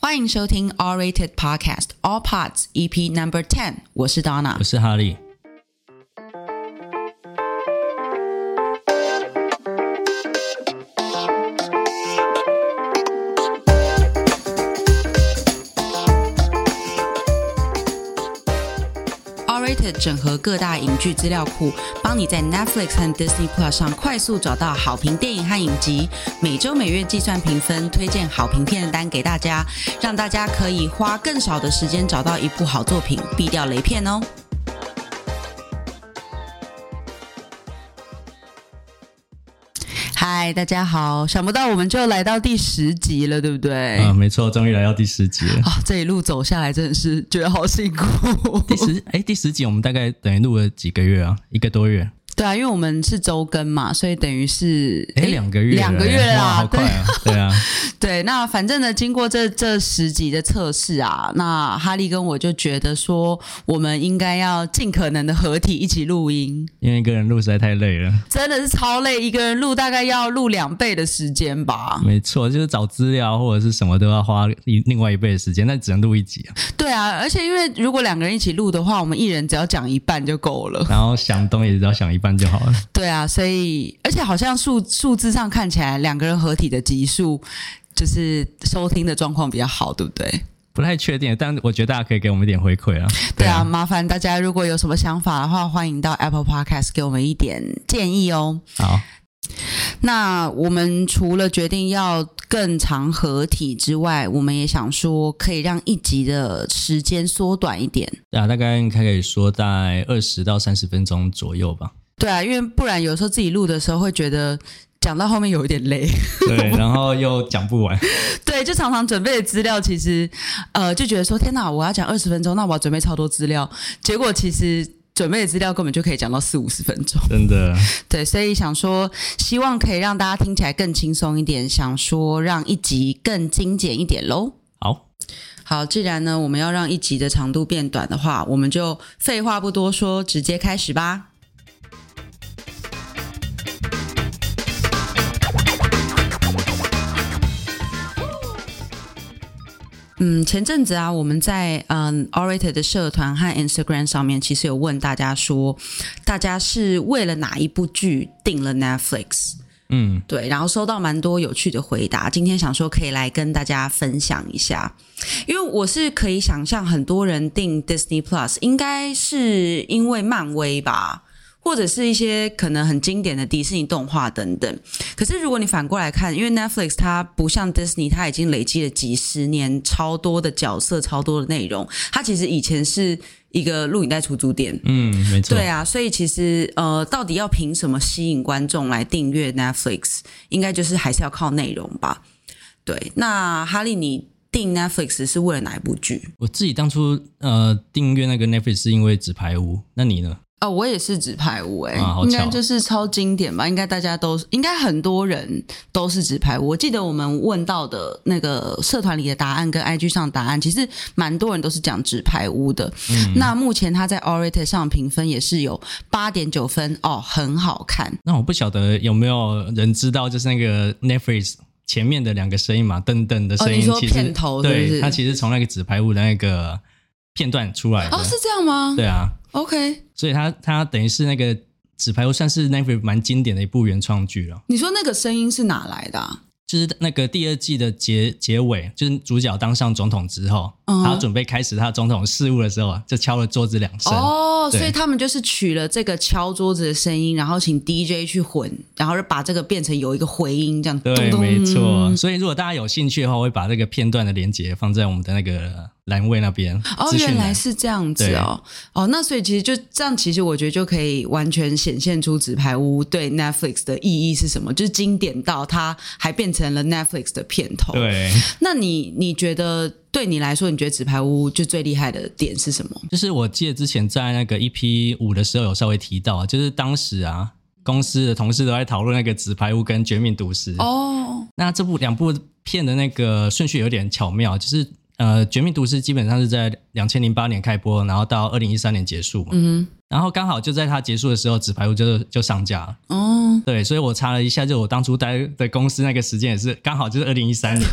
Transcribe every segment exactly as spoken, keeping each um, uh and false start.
欢迎收听 R-Rated Podcast All Pods E P Number ten， 我是 Donna， 我是哈利。 整合各大影剧资料库，帮你在 Netflix 和 Disney Plus 上快速找到好评电影和影集，每周每月计算评分，推荐好评片单给大家，让大家可以花更少的时间找到一部好作品，避掉雷片哦。嗨，大家好！想不到我们就来到第十集了，对不对？ 啊，没错，终于来到第十集了。 啊，这一路走下来真的是觉得好辛苦。 第十，哎，第十集我们大概等于录了几个月啊？一个多月。 对啊，因为我们是周更嘛，所以等于是哎两个月， 两个月啦， 好快啊！对, 对啊， 对。那反正呢，经过这这十集的测试啊，那哈利跟我就觉得说，我们应该要尽可能的合体一起录音， 因为一个人录实在太累了， 真的是超累，一个人录大概要录两倍的时间吧。 没错，就是找资料或者是什么都要花一另外一倍的时间，但只能录一集啊。 对啊，而且因为如果两个人一起录的话，我们一人只要讲一半就够了， 然后想东也只要想一半就好了。 对啊，所以而且好像数数字上看起来两个人合体的集数就是收听的状况比较好，对不对？ 不太确定，但我觉得大家可以给我们一点回馈啊。 对啊，麻烦大家如果有什么想法的话，欢迎到 Apple Podcast 给我们一点建议哦。 好， 那我们除了决定要更常合体之外，我们也想说可以让一集的时间缩短一点。 对啊，大概可以说在二十到三十分钟左右吧。 对啊，因为不然有时候自己录的时候会觉得讲到后面有一点累， 对，然后又讲不完， 对，就常常准备的资料，其实呃就觉得说天哪，我要讲二十分钟，那我要准备超多资料，结果其实准备的资料根本就可以讲到四五十分钟， 真的。 对，所以想说，希望可以让大家听起来更轻松一点，想说让一集更精简一点咯。 好。 好，既然呢我们要让一集的长度变短的话，我们就废话不多说，直接开始吧。嗯，前阵子啊，我们在嗯 R-Rated 的社团和 Instagram 上面，其实有问大家说，大家是为了哪一部剧订了 Netflix？ 嗯，对，然后收到蛮多有趣的回答。今天想说可以来跟大家分享一下，因为我是可以想象很多人订 Disney Plus 应该是因为漫威吧。或者是一些可能很经典的迪士尼动画等等，可是如果你反过来看，因为 Netflix 它不像 Disney， 它已经累积了几十年超多的角色、超多的内容，它其实以前是一个录影带出租店， 嗯，没错， 对啊，所以其实呃，到底要凭什么吸引观众来订阅 Netflix， 应该就是还是要靠内容吧。对，那哈利你订 Netflix 是为了哪一部剧？ 我自己当初呃订阅那个 Netflix 是因为纸牌屋，那你呢？ 哦，我也是纸牌屋诶、欸啊、 应该就是超经典吧，应该大家都应该很多人都是纸牌屋。我记得我们问到的那个社团里的答案跟 I G 上的答案，其实蛮多人都是讲纸牌屋的、嗯、那目前他在 R-Rated 上评分也是有 八点九 分哦，很好看。 那我不晓得有没有人知道就是那个 Netflix 前面的两个声音嘛，噔噔的声音、 哦、你说片头是不是？ 对，它其实从那个纸牌屋的那个片段出来的。 哦，是这样吗？ 对啊， OK， 所以它它等于是那个纸牌屋算是 Netflix 蛮经典的一部原创剧了。 你说那个声音是哪来的啊？ 就是那个第二季的结结尾，就是主角当上总统之后，嗯、他准备开始他总统事务的时候，就敲了桌子两声。 哦，所以他们就是取了这个敲桌子的声音，然后请 D J 去混，然后把这个变成有一个回音，这样。 对， 咚咚没错。所以如果大家有兴趣的话，我会把这个片段的连结放在我们的那个栏位那边。 哦，原来是这样子哦。哦，那所以其实就这样，其实我觉得就可以完全显现出纸牌屋对 Netflix 的意义是什么，就是经典到它还变成了 Netflix 的片头。 对， 那你你觉得对你来说，你觉得纸牌屋就最厉害的点是什么？ 就是我记得之前在那个 E P 五 的时候有稍微提到，就是当时啊公司的同事都在讨论那个纸牌屋跟绝命毒师。哦，那这部两部片的那个顺序有点巧妙，就是呃，绝命毒师基本上是在二零零八年开播，然后到二零一三年结束嘛。嗯，然后刚好就在它结束的时候，纸牌屋就就上架了。哦，对，所以我查了一下，就我当初待的公司那个时间也是刚好就是二零一三年。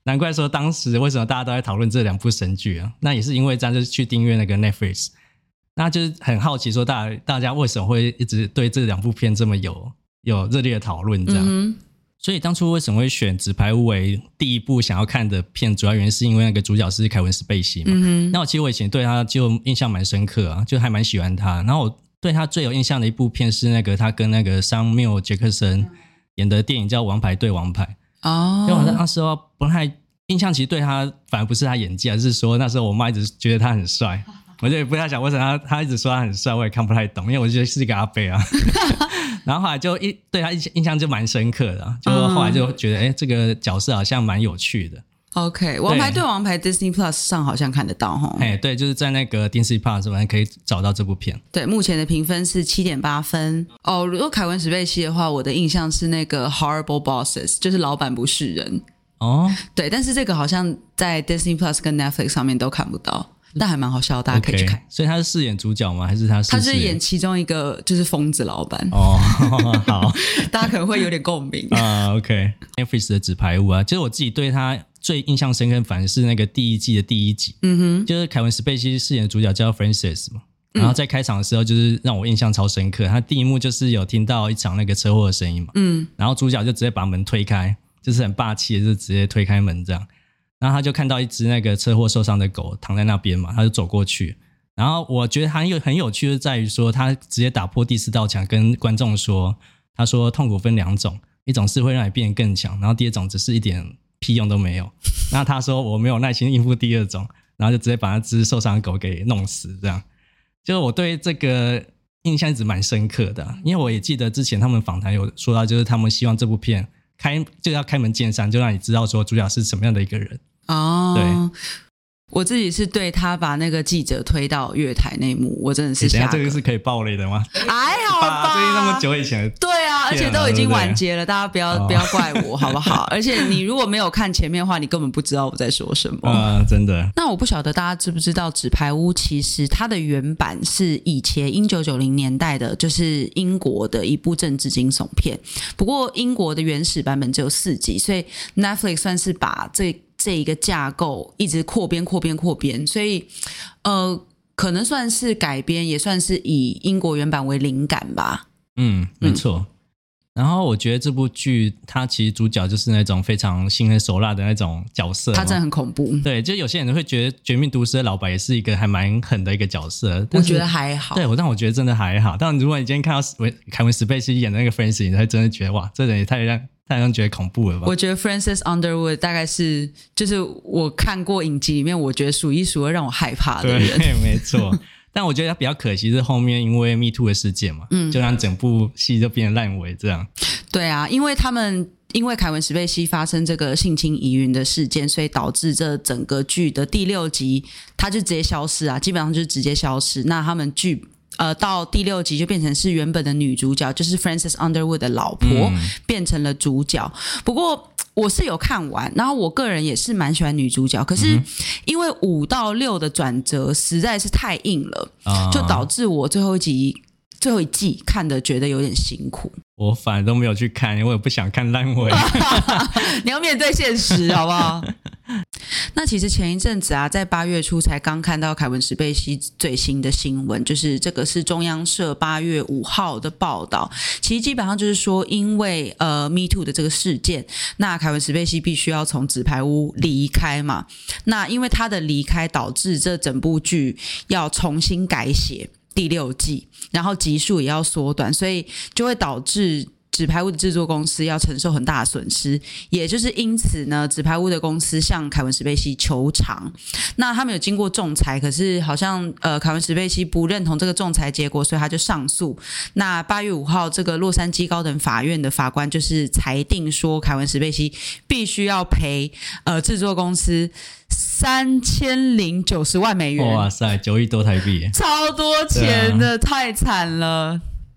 难怪说当时为什么大家都在讨论这两部神剧啊，那也是因为这样就去订阅那个 Netflix， 那就是很好奇说大家大家为什么会一直对这两部片这么有有热烈的讨论这样、嗯、所以当初为什么会选纸牌屋为第一部想要看的片，主要原因是因为那个主角是凯文史贝西嘛、嗯、那我其实我以前对他就印象蛮深刻啊，就还蛮喜欢他，然后我对他最有印象的一部片是那个他跟那个桑缪杰克森演的电影叫王牌对王牌哦，因为我那时候不太印象，其实对他反而不是他演技，而是说那时候我妈一直觉得他很帅，我就也不太想为什么他他一直说他很帅，我也看不太懂，因为我觉得是一个阿伯啊然后后来就一对他印象就蛮深刻的、啊、就后来就觉得哎、欸，这个角色好像蛮有趣的。 OK， 王牌对王牌 Disney Plus 上好像看得到齁。 哎，对，就是在那个 Disney Plus 上可以找到这部片。 对，目前的评分是 七点八 分。哦，如果凯文史贝西的话，我的印象是那个 Horrible Bosses， 就是老板不是人。哦，对，但是这个好像在 Disney Plus 跟 Netflix 上面都看不到，但还蛮好笑的，大家可以去看。 Okay， 所以他是饰演主角吗？还是他是？ 他是演其中一个，就是疯子老板。 哦，好， 大家可能会有点共鸣啊。uh, OK，Netflix 的纸牌屋啊，就是我自己对他最印象深刻，反而是那个第一季的第一集。嗯哼，就是凯文史贝西饰演的主角叫 Francis 嘛。然后在开场的时候，就是让我印象超深刻。他第一幕就是有听到一场那个车祸的声音嘛。嗯，然后主角就直接把门推开，就是很霸气的，就直接推开门这样。然后他就看到一只那个车祸受伤的狗躺在那边嘛，他就走过去。然后我觉得他有很有趣的在于说，他直接打破第四道墙，跟观众说，他说痛苦分两种，一种是会让你变得更强，然后第二种只是一点屁用都没有。然后他说我没有耐心应付第二种，然后就直接把那只受伤的狗给弄死这样。就是我对这个印象一直蛮深刻的、啊，因为我也记得之前他们访谈有说到，就是他们希望这部片开就要开门见山，就让你知道说主角是什么样的一个人。哦，对， 我自己是对他把那个记者推到月台那一幕，我真的是吓。 等一下，这个是可以爆雷的吗？ 还好吧， 最近那么久以前。 对啊，而且都已经完结了，大家不要、哦、不要怪我好不好？而且你如果没有看前面的话，你根本不知道我在说什么。 啊、呃，真的。 那我不晓得大家知不知道，纸牌屋其实它的原版是以前一九九零年代的，就是英国的一部政治惊悚片。不过英国的原始版本只有四集，所以 Netflix 算是把这这一个架构一直扩编扩编扩编，所以呃，可能算是改编，也算是以英国原版为灵感吧。 嗯，没错。嗯，然后我觉得这部剧它其实主角就是那种非常心狠手辣的那种角色， 他真的很恐怖。 对，就有些人会觉得绝命毒师的老白也是一个还蛮狠的一个角色， 我觉得还好。 对，但我觉得真的还好。但如果你今天看到凯文史贝西演的那个 Francis， 你才真的觉得哇，这人也太让太让觉得恐怖了吧。 我觉得 Francis Underwood 大概是就是我看过影集里面我觉得数一数二让我害怕的人。 对，没错。但我觉得比较可惜是后面因为 Me Too 的事件嘛，嗯，就让整部戏就变得烂尾这样。 对啊，因为他们因为凯文史贝西发生这个性侵疑云的事件，所以导致这整个剧的第六集他就直接消失啊，基本上就是直接消失。那他们剧呃到第六集就变成是原本的女主角，就是 Francis Underwood 的老婆、嗯、变成了主角。不过我是有看完，然后我个人也是蛮喜欢女主角，可是因为五到六的转折实在是太硬了、啊、就导致我最后一集最后一季看的觉得有点辛苦。 我反而都没有去看，因为我不想看烂尾你要面对现实好不好？那其实前一阵子啊，在八月初才刚看到凯文史贝西最新的新闻，就是这个是中央社八月五号的报道。其实基本上就是说，因为呃 Me Too 的这个事件，那凯文史贝西必须要从纸牌屋离开嘛。那因为他的离开，导致这整部剧要重新改写第六季，然后集数也要缩短，所以就会导致纸牌屋的制作公司要承受很大的损失，也就是因此呢，纸牌屋的公司向凯文史贝西求偿。那他们有经过仲裁，可是好像呃凯文史贝西不认同这个仲裁结果，所以他就上诉。那八月五号，这个洛杉矶高等法院的法官就是裁定说，凯文史贝西必须要赔呃制作公司三千零九十万美元。 哇塞，九亿多台币， 超多钱的，太惨了。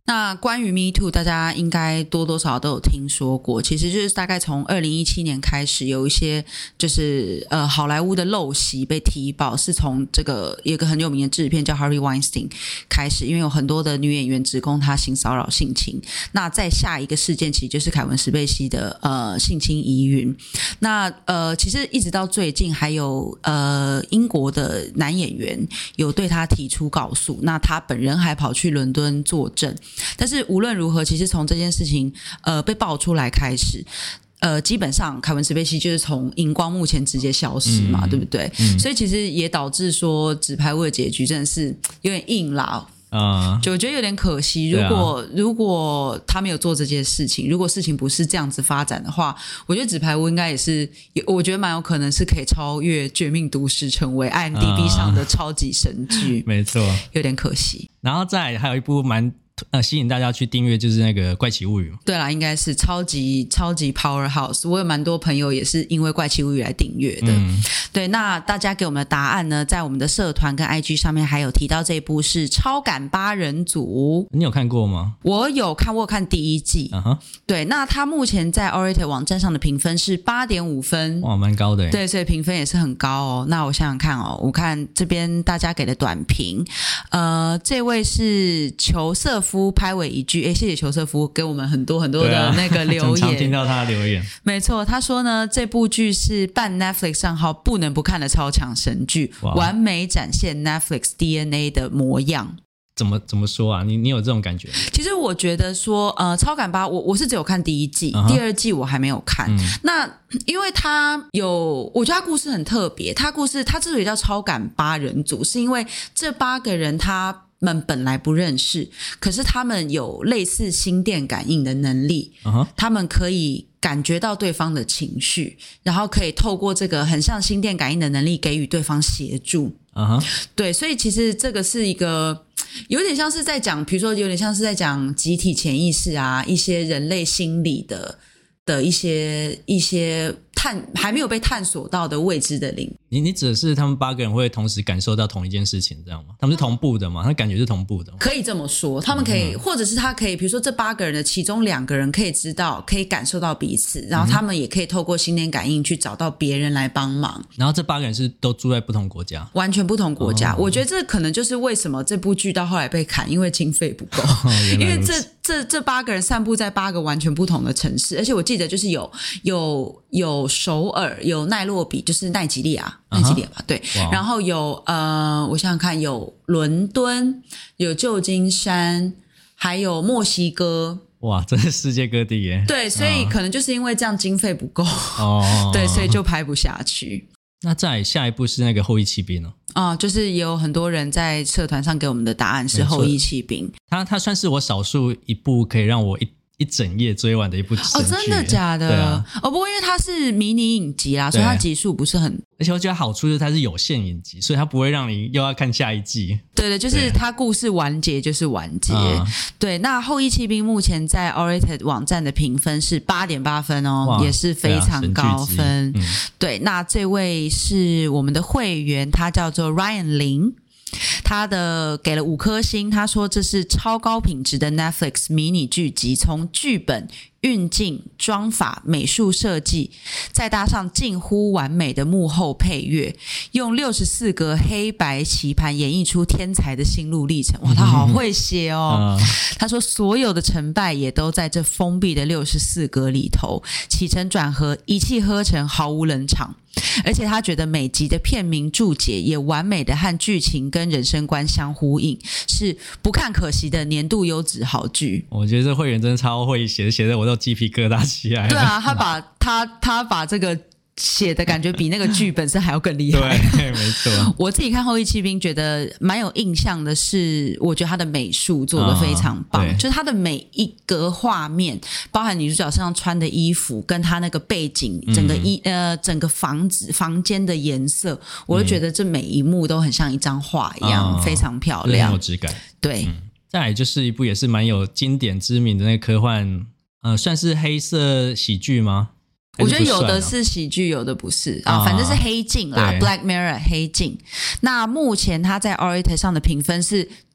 那关于 Me Too 大家应该多多少少都有听说过，其实就是大概从二零一七年开始有一些就是呃好莱坞的陋习被踢爆，是从这个有一个很有名的制片叫 Harvey Weinstein 开始，因为有很多的女演员指控他性骚扰性侵。那在下一个事件其实就是凯文史贝西的呃性侵疑云。那呃其实一直到最近还有呃英国的男演员有对他提出告诉，那他本人还跑去伦敦作证。但是无论如何，其实从这件事情呃被爆出来开始，呃，基本上凯文史贝西就是从荧光幕前直接消失嘛，嗯、对不对、嗯？所以其实也导致说纸牌屋的结局真的是有点硬啦。啊、uh, ，就我觉得有点可惜。如果、啊、如果他没有做这件事情，如果事情不是这样子发展的话，我觉得纸牌屋应该也是，我觉得蛮有可能是可以超越《绝命毒师》，成为 I M D B 上的超级神剧。Uh, 没错， 有点可惜。 然后再来还有一部蛮。呃，吸引大家去订阅就是那个怪奇物语。 对啦，应该是超级超级 powerhouse。我有蛮多朋友也是因为怪奇物语来订阅的、嗯。对，那大家给我们的答案呢，在我们的社团跟 I G 上面还有提到这一部是超感八人组。 你有看过吗？ 我有看，我有看第一季。Uh-huh. 对，那它目前在 Orator 网站上的评分是 八点五 分。 哇，蛮高的耶。 对，所以评分也是很高哦。那我想想看哦，我看这边大家给的短评，呃，这位是裘瑟夫。夫拍尾一句，哎，谢谢裘瑟夫给我们很多很多的那个留言， 常听到他的留言。 没错，他说呢，这部剧是办 Netflix 账号不能不看的超强神剧，完美展现 Netflix D N A 的模样。 怎么怎么说啊？你你有这种感觉？ 其实我觉得说，呃，超感八，我我是只有看第一季， uh-huh. 第二季我还没有看。嗯、那因为他有，我觉得他故事很特别，他故事他之所以叫超感八人组，是因为这八个人他们本来不认识，可是他们有类似心电感应的能力， uh-huh. 他们可以感觉到对方的情绪，然后可以透过这个很像心电感应的能力给予对方协助。 Uh-huh. 对，所以其实这个是一个有点像是在讲，比如说有点像是在讲集体潜意识啊，一些人类心理的的一些一些探还没有被探索到的未知的领域。 你你指的是他们八个人会同时感受到同一件事情，这样吗？他们是同步的吗？他感觉是同步的吗？ 可以这么说，他们可以、嗯、或者是他可以比如说这八个人的其中两个人可以知道可以感受到彼此，然后他们也可以透过心电感应去找到别人来帮忙。 然后这八个人是都住在不同国家， 完全不同国家、哦、我觉得这可能就是为什么这部剧到后来被砍，因为经费不够、哦、因为这这这八个人散布在八个完全不同的城市，而且我记得就是有有有首尔，有奈洛比，就是奈及利亚奈及利亚吧、uh-huh. 对，然后有呃我想想看，有伦敦，有旧金山，还有墨西哥。 哇，真是世界各地耶。 对，所以可能就是因为这样经费不够哦，对，所以就拍不下去。 那再下一步是那个后翼弃兵哦。 啊、哦，就是也有很多人在社团上给我们的答案是后翼弃兵。 它它算是我少数一部可以让我一一整夜追完的一部神剧。 哦，真的假的？ 对啊。 哦，不过因为它是迷你影集啦，所以它集数不是很。 而且我觉得好处就是它是有限影集，所以它不会让你又要看下一季。 对对，就是它故事完结就是完结。嗯、对，那后翼弃兵目前在 Orated 网站的评分是 八点八 分哦，也是非常高分。对, 啊嗯、对，那这位是我们的会员，他叫做 Ryan 林。他的给了五颗星，他说这是超高品质的 Netflix 迷你剧集，从剧本、运镜、妆法、美术设计，再搭上近乎完美的幕后配乐，用六十四格黑白棋盘演绎出天才的心路历程。哇，他好会写哦、嗯、他说所有的成败也都在这封闭的六十四格里头，起承转合一气呵成，毫无冷场。而且他觉得每集的片名注解也完美的和剧情跟人生观相呼应，是不看可惜的年度优质好剧。 我觉得这会员真的超会写，写的我都鸡皮疙瘩起来了。 对啊，他把他他把这个写的感觉比那个剧本身还要更厉害。 对，没错。 我自己看后翼弃兵觉得蛮有印象的是，我觉得他的美术做得非常棒、哦、就是他的每一格画面，包含女主角身上穿的衣服跟他那个背景，整个衣、嗯、呃整个房子房间的颜色，我就觉得这每一幕都很像一张画一样、嗯、非常漂亮， 很有质感。 对、 嗯、再来就是一部也是蛮有经典知名的那个科幻，呃，算是黑色喜剧吗？ 我觉得有的是喜剧，有的不是啊，反正是黑镜啦 ，Black Mirror 黑镜。那目前它在 Orator 上的评分是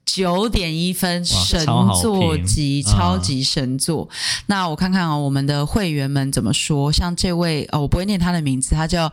九点一分，神作级，超级神作。那我看看哦，我们的会员们怎么说？像这位哦，我不会念他的名字，他叫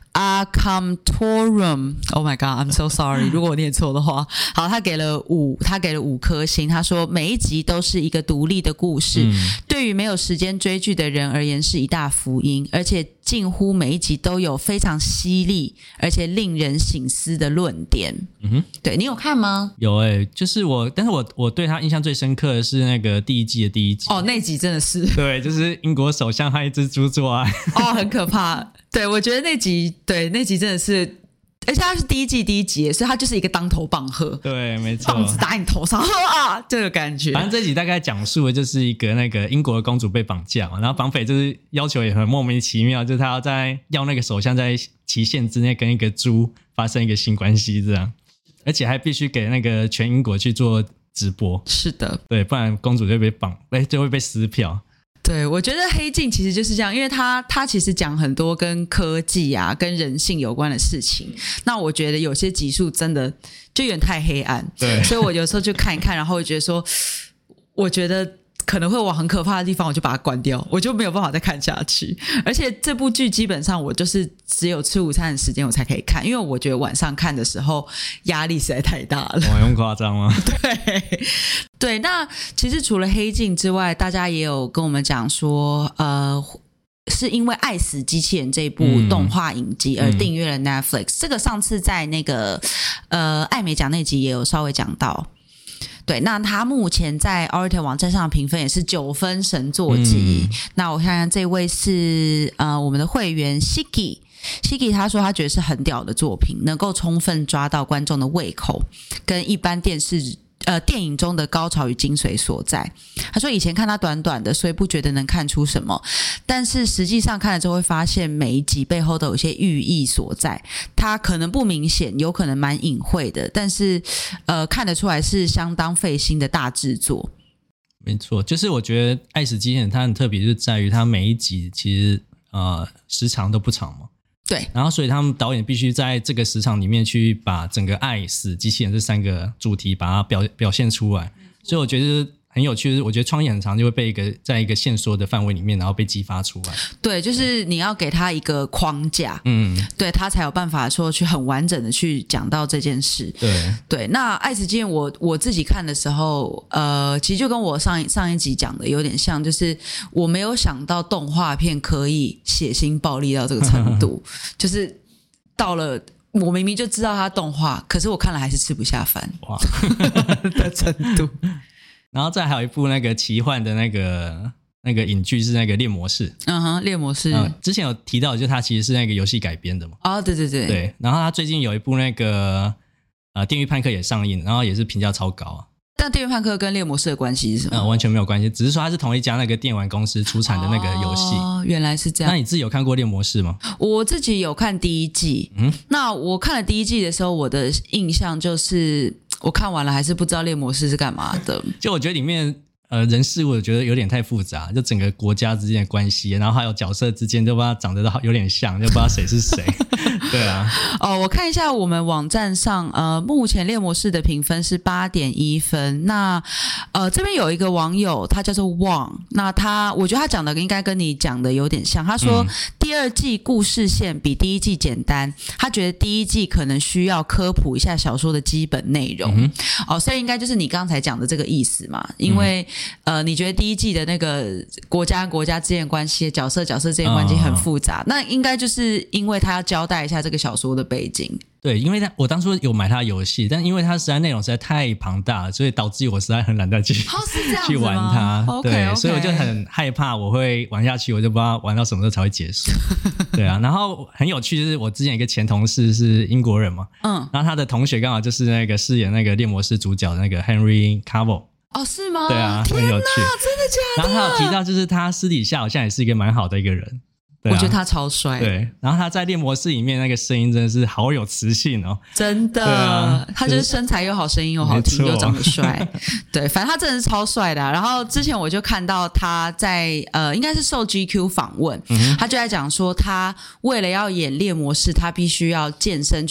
Akamtorum Oh my god I'm so sorry 如果我念错的话。好，他给了五他给了五颗星，他说每一集都是一个独立的故事、嗯、对于没有时间追剧的人而言是一大福音，而且近乎每一集都有非常犀利而且令人省思的论点。嗯哼，对，你有看吗？ 有诶、欸，就是我但是我我对他印象最深刻的是那个第一季的第一集。 哦，那集真的是对，就是英国首相和一只猪做爱。 哦，很可怕。对，我觉得那集对那集真的是，而且它是第一季第一集，所以它就是一个当头棒喝。 对，没错， 棒子打你头上啊，这个感觉。 反正这集大概讲述的就是一个那个英国的公主被绑架嘛，然后绑匪就是要求也很莫名其妙，就是他要在要那个首相在期限之内跟一个猪发生一个性关系这样，而且还必须给那个全英国去做直播。 是的， 对，不然公主就会被绑，哎，就会被撕票。 对，我觉得黑镜其实就是这样，因为它它其实讲很多跟科技啊、跟人性有关的事情。那我觉得有些集数真的就有点太黑暗， 对， 所以我有时候就看一看，然后我觉得说，我觉得可能会往很可怕的地方，我就把它关掉，我就没有办法再看下去。而且这部剧基本上我就是只有吃午餐的时间我才可以看，因为我觉得晚上看的时候压力实在太大了。 哇，用夸张吗？ 对对，那其实除了黑镜之外，大家也有跟我们讲说，呃，是因为《爱死机器人》这部动画影集而订阅了 Netflix、嗯、这个上次在那个呃艾美奖那集也有稍微讲到。对，那他目前在 Awwrated 网站上的评分也是九分神作级、嗯、那我看看这位是呃我们的会员 Shiki Shiki 他说他觉得是很屌的作品，能够充分抓到观众的胃口，跟一般电视呃，电影中的高潮与精髓所在。他说以前看他短短的，所以不觉得能看出什么，但是实际上看了之后会发现每一集背后都有一些寓意所在，他可能不明显，有可能蛮隐晦的，但是呃，看得出来是相当费心的大制作。 没错，就是我觉得《爱死机器人》它很特别，就是在于它每一集其实呃时长都不长嘛。 对， 然后所以他们导演必须在这个时长里面去把整个爱死机器人这三个主题把它表表现出来，所以我觉得很有趣，我觉得创意很长就会被一个在一个线索的范围里面然后被激发出来。 对，就是你要给他一个框架，嗯，对，他才有办法说去很完整的去讲到这件事。 对对，那爱死机器人我我自己看的时候，呃，其实就跟我上一上一集讲的有点像，就是我没有想到动画片可以血腥暴力到这个程度，就是到了。我明明就知道它动画，可是我看了还是吃不下饭哇的程度。 然后再还有一部那个奇幻的那个那个影剧是那个猎魔士。 嗯哼，猎魔士、 嗯、之前有提到，就是它其实是那个游戏改编的嘛。 哦，对对对对。然后它最近有一部那个呃《电狱判客》也上映，然后也是评价超高啊。 但电狱判客跟猎魔士的关系是什么？ 嗯，完全没有关系，只是说它是同一家那个电玩公司出产的那个游戏。 哦，原来是这样。 那你自己有看过猎魔士吗？ 我自己有看第一季。嗯，那我看了第一季的时候，我的印象就是我看完了还是不知道猎魔士是干嘛的。 就我觉得里面呃人事物我觉得有点太复杂，就整个国家之间的关系，然后还有角色之间就不知道长得都有点像，就不知道谁是谁。对啊。 哦，我看一下我们网站上，呃，目前猎魔士的评分是 八点一 分。那呃这边有一个网友，他叫做 Wang， 那他我觉得他讲的应该跟你讲的有点像。他说、嗯、第二季故事线比第一季简单，他觉得第一季可能需要科普一下小说的基本内容。嗯、哦，所以应该就是你刚才讲的这个意思嘛，因为、嗯、呃你觉得第一季的那个国家跟国家之间的关系，角色角色之间的关系很复杂、哦、那应该就是因为他要交代一下这个小说的背景。 对，因为他我当初有买他的游戏，但因为他实在内容实在太庞大了，所以导致我实在很懒得去、 哦、是这样子吗？ 去玩它。 okay, 对、 okay 所以我就很害怕我会玩下去，我就不知道玩到什么时候才会结束。对啊，然后很有趣，就是我之前一个前同事是英国人嘛，嗯，然后他的同学刚好就是那个饰演那个猎魔士主角的那个 Henry Cavill。 哦，是吗？ 对啊，很有趣，真的假的？ 然后他有提到，就是他私底下好像也是一个蛮好的一个人。 啊、我觉得他超帅。 对，然后他在猎魔士里面那个声音真的是好有磁性哦， 真的。啊、他就是身材又好，声音又好听，又长得帅。对，反正他真的是超帅的、啊。然后之前我就看到他在呃，应该是受 G Q 访问、嗯，他就在讲说，他为了要演猎魔士，他必须要健身去。去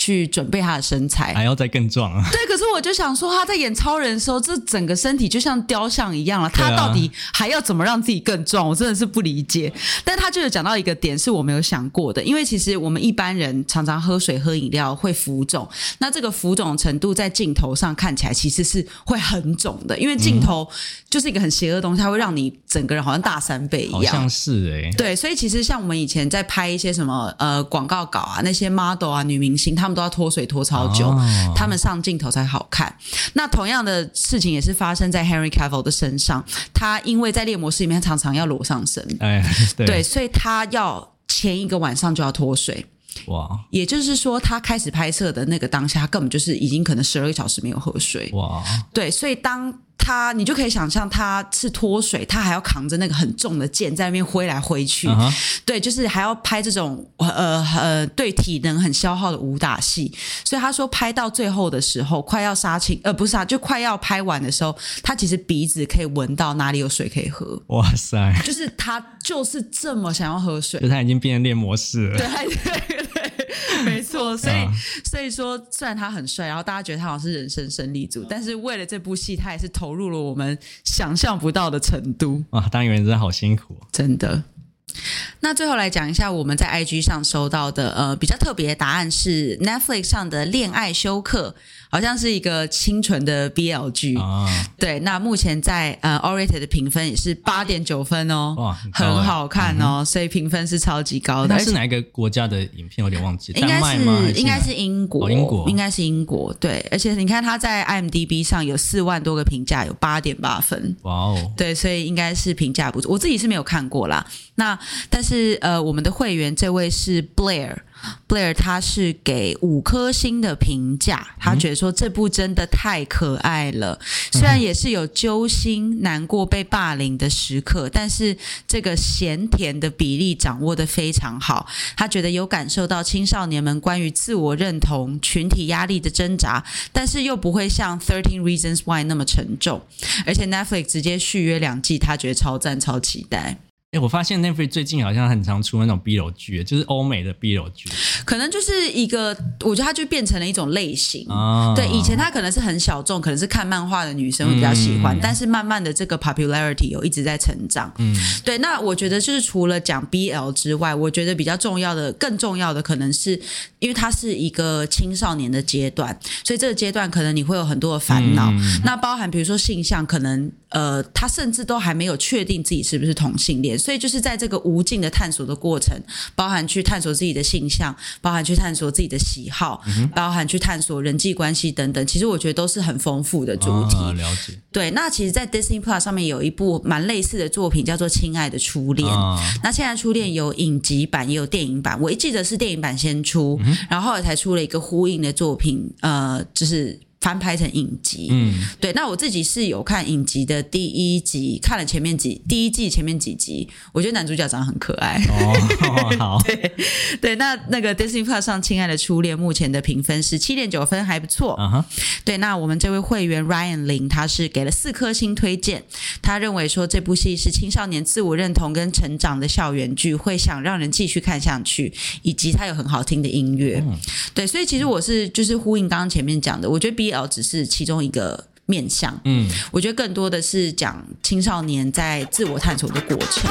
去准备他的身材， 还要再更壮啊。 对，可是我就想说他在演超人的时候，这整个身体就像雕像一样了，他到底还要怎么让自己更壮？我真的是不理解。但他就有讲到一个点是我没有想过的，因为其实我们一般人常常喝水喝饮料会浮肿，那这个浮肿的程度在镜头上看起来其实是会很肿的，因为镜头就是一个很邪恶的东西，它会让你整个人好像大三倍一样。好像是哎、欸。 对，所以其实像我们以前在拍一些什么呃广告稿啊，那些 model 啊女明星，他们都要脱水脱超久、哦、他们上镜头才好看。那同样的事情也是发生在 Henry Cavill 的身上，他因为在猎魔士里面常常要裸上身， 哎 对, 对，所以他要前一个晚上就要脱水。 哇， 也就是说他开始拍摄的那个当下，他根本就是已经可能十二个小时没有喝水。 哇， 对，所以当他你就可以想象他是脱水，他还要扛着那个很重的剑在那边挥来挥去、uh-huh. 对，就是还要拍这种呃呃对体能很消耗的武打戏。所以他说拍到最后的时候快要杀青呃不是啊就快要拍完的时候，他其实鼻子可以闻到哪里有水可以喝。 哇塞， 就是他就是这么想要喝水， 就他已经变成猎魔士了。 对对对，没错。所以、uh. 所以说虽然他很帅，然后大家觉得他好像是人生胜利组，但是为了这部戏他也是投入了我们想象不到的程度。 哇，当演员真的好辛苦、哦、 真的。那最后来讲一下我们在 I G 上收到的呃比较特别的答案是 Netflix 上的恋爱休克，好像是一个清纯的 B L 剧、啊、对，那目前在呃 Orated 的评分也是 八点九 分哦， 哇， 很, 很好看哦、嗯、所以评分是超级高的。 那是哪一个国家的影片有点忘记， 应该是丹麦吗？ 应该是英国、 哦、英国应该是英国，对，而且你看它在 I M D B 上有四万多个评价，有 八点八 分。 哇哦， 对，所以应该是评价不错，我自己是没有看过啦。那但是呃我们的会员这位是 Blair Blair 他是给五颗星的评价，他觉得说这部真的太可爱了、嗯、虽然也是有揪心难过被霸凌的时刻，但是这个咸甜的比例掌握得非常好。他觉得有感受到青少年们关于自我认同群体压力的挣扎，但是又不会像thirteen Reasons Why 那么沉重，而且 Netflix 直接续约两季，他觉得超赞超期待。 欸、我发现 Netflix 最近好像很常出那种 B L 剧，就是欧美的 B L 剧， 可能就是一个，我觉得它就变成了一种类型、 啊、 对，以前它可能是很小众，可能是看漫画的女生会比较喜欢、嗯、但是慢慢的这个 popularity 有一直在成长。嗯，对，那我觉得就是除了讲 B L 之外，我觉得比较重要的更重要的可能是因为它是一个青少年的阶段，所以这个阶段可能你会有很多的烦恼、嗯、那包含比如说性向，可能呃他甚至都还没有确定自己是不是同性恋，所以就是在这个无尽的探索的过程，包含去探索自己的性向，包含去探索自己的喜好、嗯、包含去探索人际关系等等，其实我觉得都是很丰富的主题、 啊、了解。 对，那其实在 Disney Plus 上面有一部蛮类似的作品叫做亲爱的初恋、啊、那亲爱的初恋有影集版也有电影版，我一记得是电影版先出、嗯、然后后来才出了一个呼应的作品，呃，就是翻拍成影集。嗯，对，那我自己是有看影集的第一集，看了前面几第一季前面几集，我觉得男主角长得很可爱。 哦，好。 对对，那那个 Disney Plus 上亲爱的初恋目前的评分是 七点九 分，还不错。Uh-huh. 对，那我们这位会员 Ryan 林他是给了四颗星推荐，他认为说这部戏是青少年自我认同跟成长的校园剧，会想让人继续看下去，以及它有很好听的音乐。嗯、对，所以其实我是就是呼应刚刚前面讲的，我觉得 B L 只是其中一个面向，嗯，我觉得更多的是讲青少年在自我探索的过程。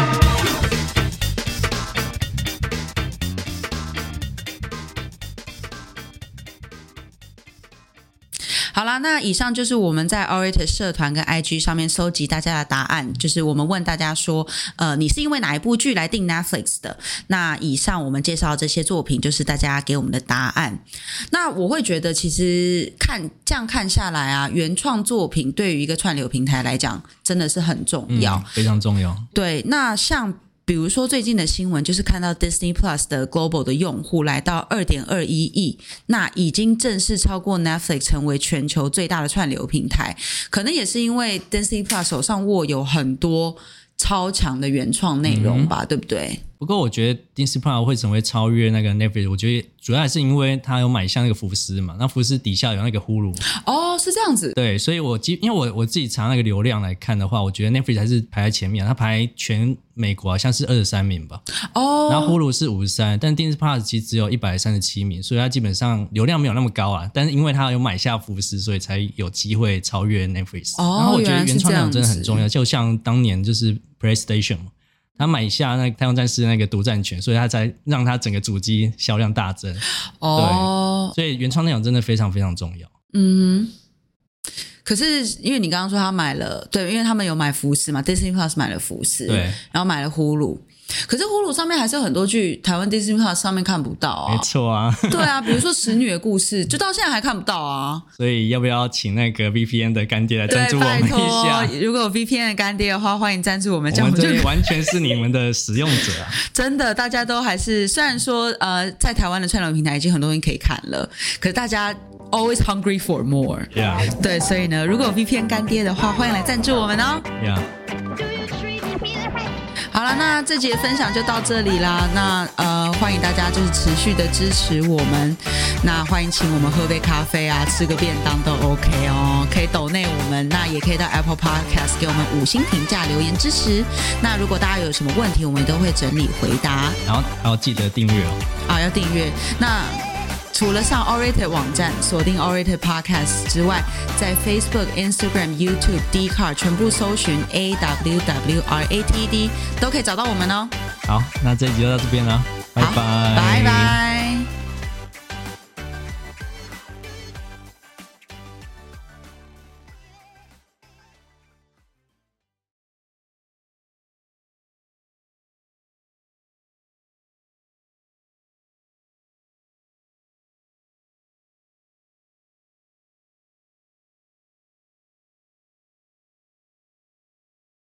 好啦，那以上就是我们在 Orated 社团跟 I G 上面收集大家的答案，就是我们问大家说呃，你是因为哪一部剧来订 Netflix 的？那以上我们介绍这些作品就是大家给我们的答案。那我会觉得其实看这样看下来啊，原创作品对于一个串流平台来讲真的是很重要、嗯、 非常重要。 对，那像比如说最近的新闻就是看到 Disney Plus 的 Global 的用户来到 二点二一亿，那已经正式超过 Netflix 成为全球最大的串流平台，可能也是因为 Disney Plus 手上握有很多超强的原创内容吧、嗯、对不对？ 不过我觉得 Disney Plus 会成为超越那个 Netflix， 我觉得主要还是因为它有买下那个福斯嘛，那福斯底下有那个 Hulu。 哦，是这样子。 对，所以我因为我我自己查那个流量来看的话，我觉得 Netflix 还是排在前面，它排全美国好像是二十三名吧。哦。然后 Hulu 是五十三，但 Disney Plus 其实只有一百三十七名，所以它基本上流量没有那么高啊。但是因为它有买下福斯，所以才有机会超越 Netflix。哦，然后我觉得原创内容真的很重要，就像当年就是 PlayStation 嘛。他买下那个太空战士那个独占权，所以他才让他整个主机销量大增。哦，对，所以原创内容真的非常非常重要。 嗯哼，可是因为你刚刚说他买了，对，因为他们有买福斯嘛 ，Disney Plus 买了福斯，对，然后买了 Hulu。可是 Hulu 上面还是有很多剧台湾 Disney Plus 上面看不到啊。 没错啊。 对啊，比如说使女的故事就到现在还看不到啊。 所以要不要请那个 V P N 的干爹来赞助我们一下？ 如果有 V P N 的干爹的话，欢迎赞助我们。 我们这里完全是你们的使用者啊。 真的，大家都还是虽然说呃在台湾的串流平台已经很多人可以看了，可是大家 always hungry for more。Yeah。对，所以呢，如果有 V P N 干爹的话，欢迎来赞助我们哦。 Yeah。 好了，那这节分享就到这里啦。那呃，欢迎大家就是持续的支持我们。那欢迎请我们喝杯咖啡啊，吃个便当都 OK 哦。可以抖内我们，那也可以到 Apple Podcast 给我们五星评价、留言支持。那如果大家有什么问题，我们都会整理回答。 然后还要记得订阅哦。 啊，要订阅。那除了上 Orator 网站锁定 Orator Podcast 之外，在 Facebook、Instagram、YouTube、Dcard 全部搜寻 A W W R A T D 都可以找到我们哦。 好，那这一集就到这边了，拜拜， 拜拜。